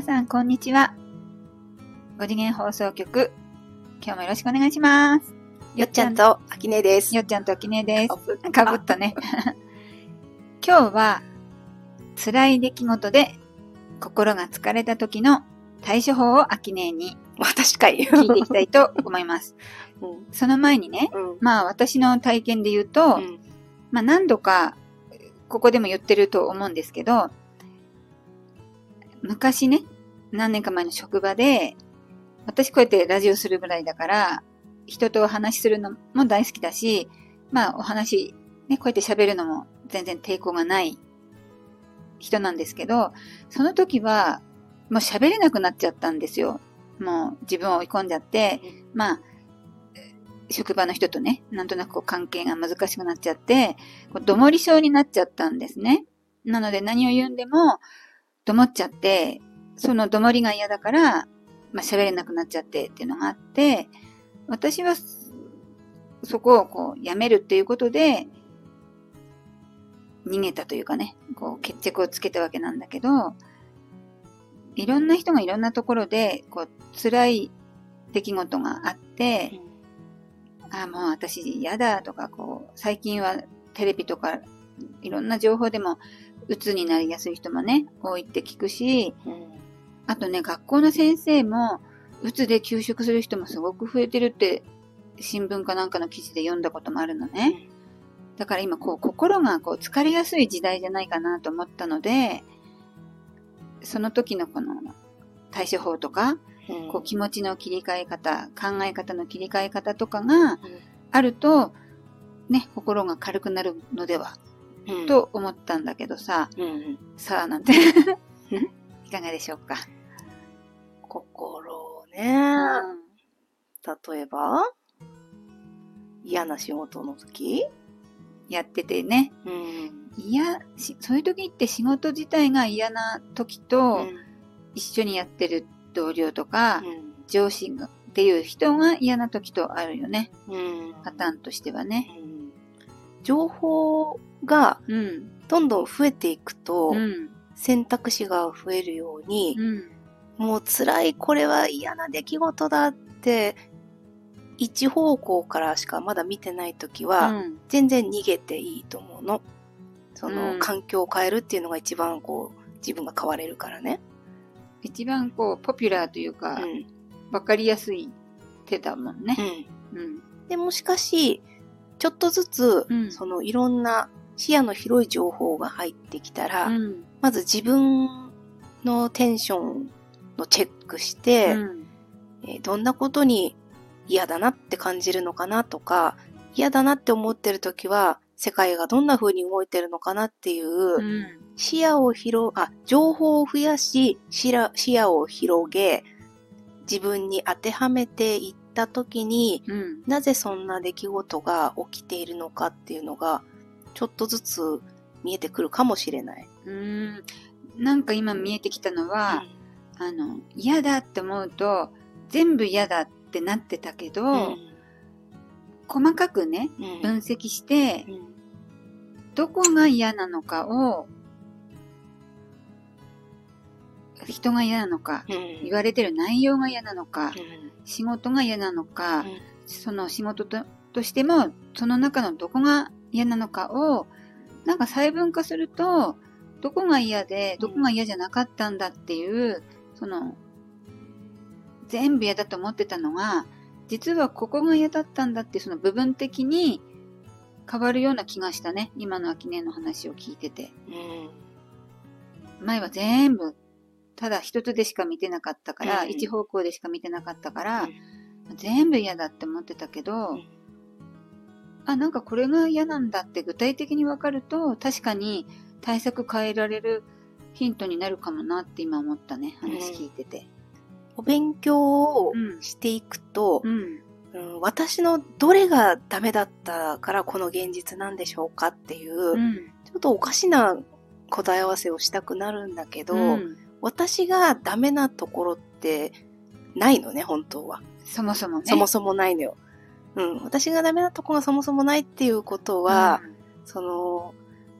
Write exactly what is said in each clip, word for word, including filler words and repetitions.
さんこんにちは。ご次元放送局、今日もよろしくお願いします。 よっちゃんとあきねです。 よっちゃんとあきねです。 かぶった。 かぶったね。今日は辛い出来事で心が疲れた時の対処法をあきねに私かい聞いていきたいと思います。うん、その前にね、うん、まあ私の体験で言うと、うん、まあ何度かここでも言ってると思うんですけど、昔ね、何年か前の職場で、私こうやってラジオするぐらいだから、人とお話しするのも大好きだし、まあお話、ね、こうやって喋るのも全然抵抗がない人なんですけど、その時はもう喋れなくなっちゃったんですよ。もう自分を追い込んじゃって、まあ、職場の人とね、なんとなくこう関係が難しくなっちゃって、こうどもり症になっちゃったんですね。なので何を言うんでも、どもっちゃって、そのどもりが嫌だから、まあ喋れなくなっちゃってっていうのがあって、私はそこをこうやめるっていうことで、逃げたというかね、こう決着をつけたわけなんだけど、いろんな人がいろんなところで、こう辛い出来事があって、うん、ああもう私嫌だとか、こう最近はテレビとかいろんな情報でも鬱になりやすい人もね、多いって聞くし、うん、あとね、学校の先生も、鬱で休職する人もすごく増えてるって、新聞かなんかの記事で読んだこともあるのね。うん、だから今、こう、心がこう疲れやすい時代じゃないかなと思ったので、その時のこの対処法とか、うん、こう気持ちの切り替え方、考え方の切り替え方とかがあると、ね、心が軽くなるのでは。うん、と思ったんだけどさ、うんうん、さあなんていかがでしょうか。 心ね、うん、例えば嫌な仕事の時やっててね、うん、いやそういう時って仕事自体が嫌な時と、うん、一緒にやってる同僚とか、うん、上司っていう人が嫌な時とあるよね、うん、パターンとしてはね、うん、 情報がどんどん増えていくと、うん、選択肢が増えるように、うん、もう辛いこれは嫌な出来事だって一方向からしかまだ見てないときは、うん、全然逃げていいと思うの。その、うん、環境を変えるっていうのが一番こう自分が変われるからね。 一番こうポピュラーというか、うん、分かりやすい手だもんね。 うんうん、でもしかしちょっとずつ、うん、そのいろんな視野の広い情報が入ってきたら、うん、まず自分のテンションのチェックして、うんえー、どんなことに嫌だなって感じるのかなとか、嫌だなって思ってるときは世界がどんな風に動いてるのかなっていう、うん、視野を広、あ、情報を増やし、視野、視野を広げ、自分に当てはめていったときに、うん、なぜそんな出来事が起きているのかっていうのがちょっとずつ見えてくるかもしれない。 うーん、なんか今見えてきたのは、うん、あの嫌だって思うと全部嫌だってなってたけど、うん、細かくね、うん、分析して、うん、どこが嫌なのかを人が嫌なのか、うん、言われてる内容が嫌なのか、うん、仕事が嫌なのか、うん、その仕事 と, としてもその中のどこが嫌なのかをなんか細分化するとどこが嫌でどこが嫌じゃなかったんだっていう、うん、その全部嫌だと思ってたのが実はここが嫌だったんだってその部分的に変わるような気がしたね。今のあきねの話を聞いてて、うん、前は全部ただ一つでしか見てなかったから、うん、一方向でしか見てなかったから、うん、全部嫌だって思ってたけど、うん、あ、なんかこれが嫌なんだって具体的に分かると確かに対策変えられるヒントになるかもなって今思ったね、話聞いてて、 うん、お勉強をしていくと、うんうん、私のどれがダメだったからこの現実なんでしょうかっていう、うん、ちょっとおかしな答え合わせをしたくなるんだけど、うん私がダメなところってないのね、本当は。 そもそもね。 そもそもないのよ。うん。私がダメなところがそもそもないっていうことは、うん、その、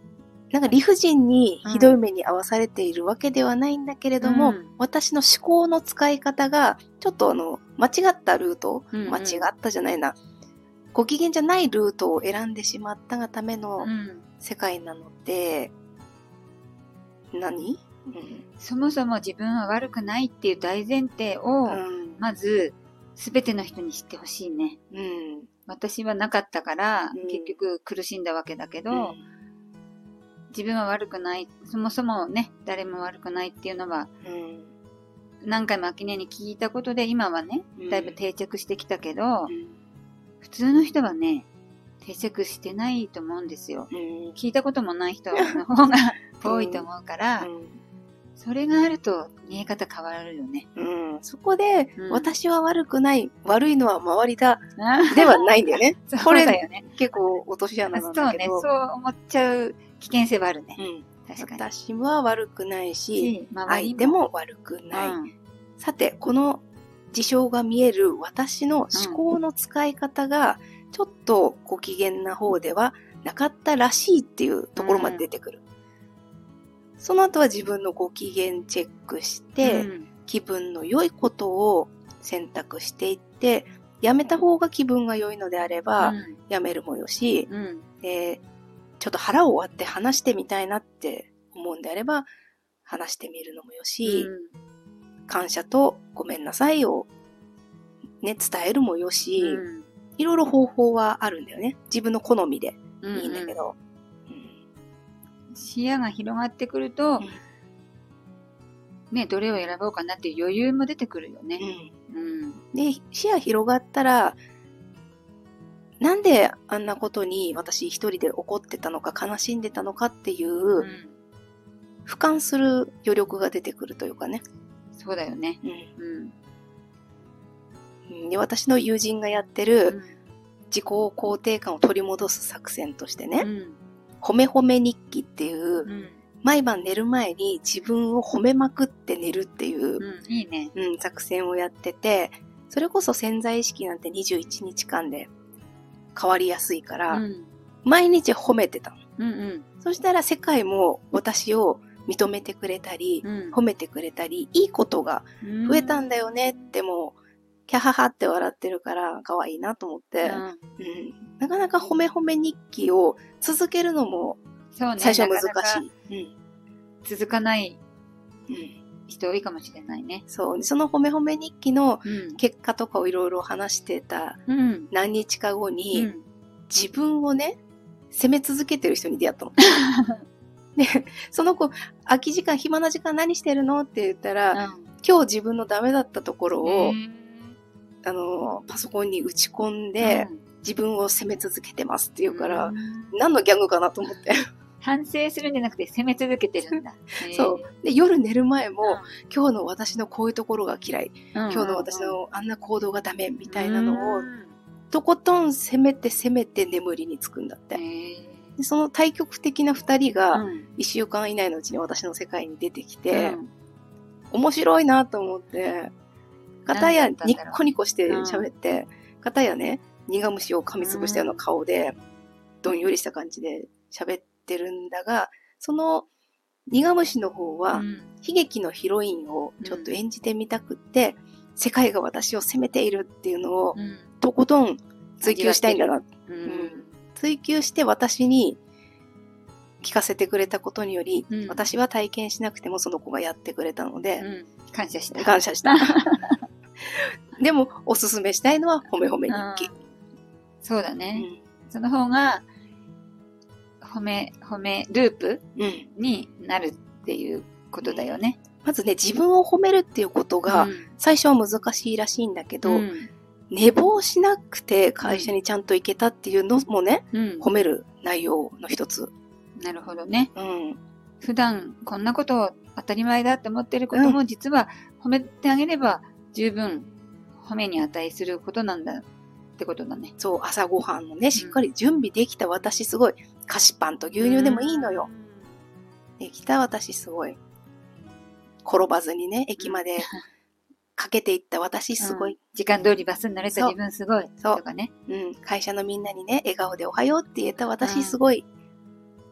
なんか理不尽にひどい目に遭わされているわけではないんだけれども、うん、私の思考の使い方がちょっとあの間違ったルート、うんうん、間違ったじゃないな、ご機嫌じゃないルートを選んでしまったがための世界なので、うん、何、うん、 そもそも自分は悪くないっていう大前提を、うん、まず全ての人に知ってほしいね、うん、私はなかったから、うん、結局苦しんだわけだけど、うん、自分は悪くない、そもそもね、誰も悪くないっていうのは、うん、何回も秋音に聞いたことで、今はね、だいぶ定着してきたけど、うん、普通の人はね、定着してないと思うんですよ。うん、聞いたこともない人の方が多いと思うから、うんうん、それがあると見え方変わるよね。 うん、そこで、うん、私は悪くない、悪いのは周りだ、ではないんだよね。これだよね。結構落とし穴なんだけど。 そうね、そう思っちゃう危険性はあるね。うん、 確かに。私は悪くないし、相手も悪くない。うん、さて、この事象が見える私の思考の使い方が、ちょっとご機嫌な方ではなかったらしいっていうところまで出てくる。うん、その後は自分のご機嫌チェックして、うん、気分の良いことを選択していって、やめた方が気分が良いのであれば、うん、やめるもよし、うん、でちょっと腹を割って話してみたいなって思うんであれば、話してみるのもよし、うん、感謝とごめんなさいをね、伝えるもよし、うん、いろいろ方法はあるんだよね。自分の好みでいいんだけど。 うんうん、視野が広がってくると、うん、ね、どれを選ぼうかなっていう余裕も出てくるよね。 うんうん、で、視野広がったら、なんであんなことに私一人で怒ってたのか悲しんでたのかっていう、うん、俯瞰する余力が出てくるというかね。 そうだよね。 うんうん、で私の友人がやってる自己肯定感を取り戻す作戦としてね、うん、褒め褒め日記っていう、うん、毎晩寝る前に自分を褒めまくって寝るっていう、 うん、いいね、 うん、作戦をやってて、それこそ潜在意識なんてにじゅういちにちかんで変わりやすいから、うん、毎日褒めてたの、うんうん、そしたら世界も私を認めてくれたり、うん、褒めてくれたり、いいことが増えたんだよねってもうキャハハって笑ってるから可愛いなと思って、うんうん、なかなか褒め褒め日記を続けるのも最初は難しい。なかなかうん、続かない人多いかもしれないね。 そう。その褒め褒め日記の結果とかをいろいろ話してた何日か後に、うん、自分をね、責め続けてる人に出会ったの。で、その子、空き時間、暇な時間何してるのって言ったら、うん、今日自分のダメだったところを、あの、パソコンに打ち込んで、うん、自分を責め続けてますって言うから、うん、何のギャグかなと思って。 反省するんじゃなくて責め続けてるんだ。 そう。で、夜寝る前も、うん、今日の私のこういうところが嫌い、うん、今日の私のあんな行動がダメみたいなのを、とことん責めて責めて眠りにつくんだって。でその対極的な二人が、一週間以内のうちに私の世界に出てきて、うん、面白いなと思って、片やニッコニコして喋って、うん、片やね、苦虫を噛みつぶしたような顔で、どんよりした感じで喋ってるんだが、その苦虫の方は、うん、悲劇のヒロインをちょっと演じてみたくって、うん、世界が私を責めているっていうのを、うん、とことん追求したいんだな、うんうん。追求して私に聞かせてくれたことにより、うん、私は体験しなくてもその子がやってくれたので、うん、 感謝した。 感謝した。でも、おすすめしたいのは、褒め褒め日記。 そうだね、うん。その方が、褒め、褒めループになるっていうことだよね。 うん、まずね、自分を褒めるっていうことが、最初は難しいらしいんだけど、うん、寝坊しなくて会社にちゃんと行けたっていうのもね、うん、褒める内容の一つ。 なるほどね。うん、普段、こんなことを当たり前だって思ってることも、実は褒めてあげれば、十分褒めに値することなんだってことだね。 そう、朝ごはんのね、しっかり準備できた私すごい。菓子パンと牛乳でもいいのよ。できた私すごい。転ばずにね、駅までかけていった私すごい。うん、 時間通りバスに乗れた自分すごい。そう。とかね。 うん。会社のみんなにね、笑顔でおはようって言えた私すごい。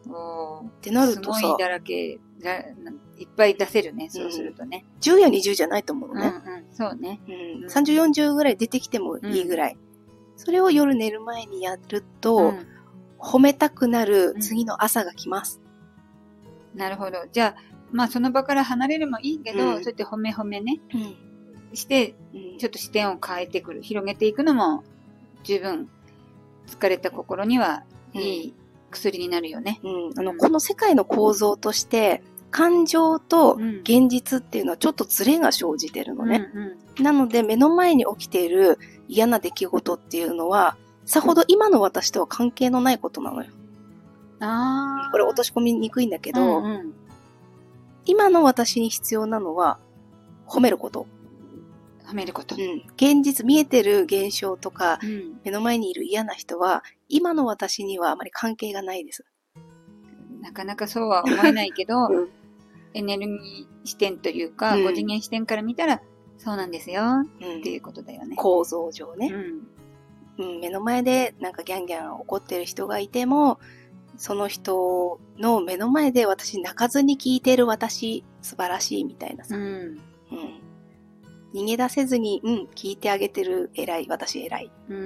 おーってなるとさ。 すごいだらけが、いっぱい出せるね、そうするとね。 うん、じゅうやにじゅうじゃないと思うね。 うんうん、そうね。 うん、さんじゅう、よんじゅうぐらい出てきてもいいぐらい。うん、それを夜寝る前にやると、うん、褒めたくなる次の朝が来ます。 うん、なるほど。じゃあ、まあその場から離れるもいいけど、うん、そうやって褒め褒めね、うん、して、ちょっと視点を変えてくる、広げていくのも十分疲れた心にはいい薬になるよね。 うん、あの、この世界の構造として、感情と現実っていうのはちょっとズレが生じてるのね。うんうん、なので目の前に起きている嫌な出来事っていうのは、さほど今の私とは関係のないことなのよ。あ、これ落とし込みにくいんだけど、うんうん、今の私に必要なのは褒めること。 褒めること。 うん。現実見えてる現象とか、うん、目の前にいる嫌な人は、今の私にはあまり関係がないです。 なかなかそうは思えないけど、うん、エネルギー視点というか、うん、ご次元視点から見たら、そうなんですよ、うん、っていうことだよね。 構造上ね、うんうん。目の前でなんかギャンギャン怒ってる人がいても、その人の目の前で私泣かずに聞いてる私、素晴らしいみたいなさ。うんうん、逃げ出せずに、うん、聞いてあげてる偉い、私偉い。うん、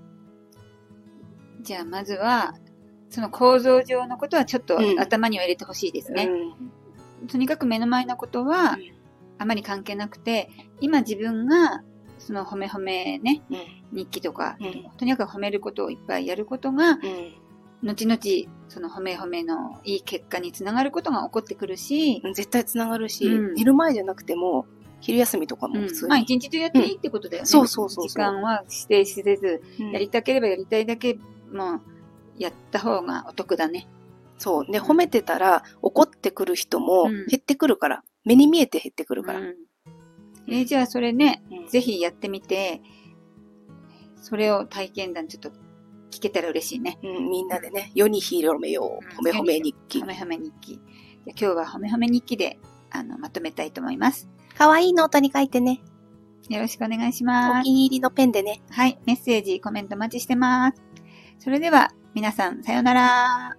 じゃあまずは、その構造上のことはちょっと頭には入れてほしいですね、うん。とにかく目の前のことはあまり関係なくて、今自分がその褒め褒めね、うん、日記とか、うん、とにかく褒めることをいっぱいやることが、うん、後々その褒め褒めのいい結果につながることが起こってくるし、 絶対つながるし、うん、寝る前じゃなくても昼休みとかも普通に、 うん、まあ一日中やっていいってことだよね。 そうそうそうそう。 時間は指定せず、やりたければやりたいだけもうやった方がお得だね。 そう。で、褒めてたら怒ってくる人も減ってくるから、うん、目に見えて減ってくるから。うん、 えー、じゃあそれね、うん、ぜひやってみて、それを体験談ちょっと聞けたら嬉しいね。 うん、みんなでね、世に広めよう。褒め褒め日記。 褒め褒め日記。じゃ今日は褒め褒め日記であのまとめたいと思います。 かわいいノートに書いてね。 よろしくお願いします。 お気に入りのペンでね。 はい、メッセージ、コメントお待ちしてます。それでは皆さんさようなら。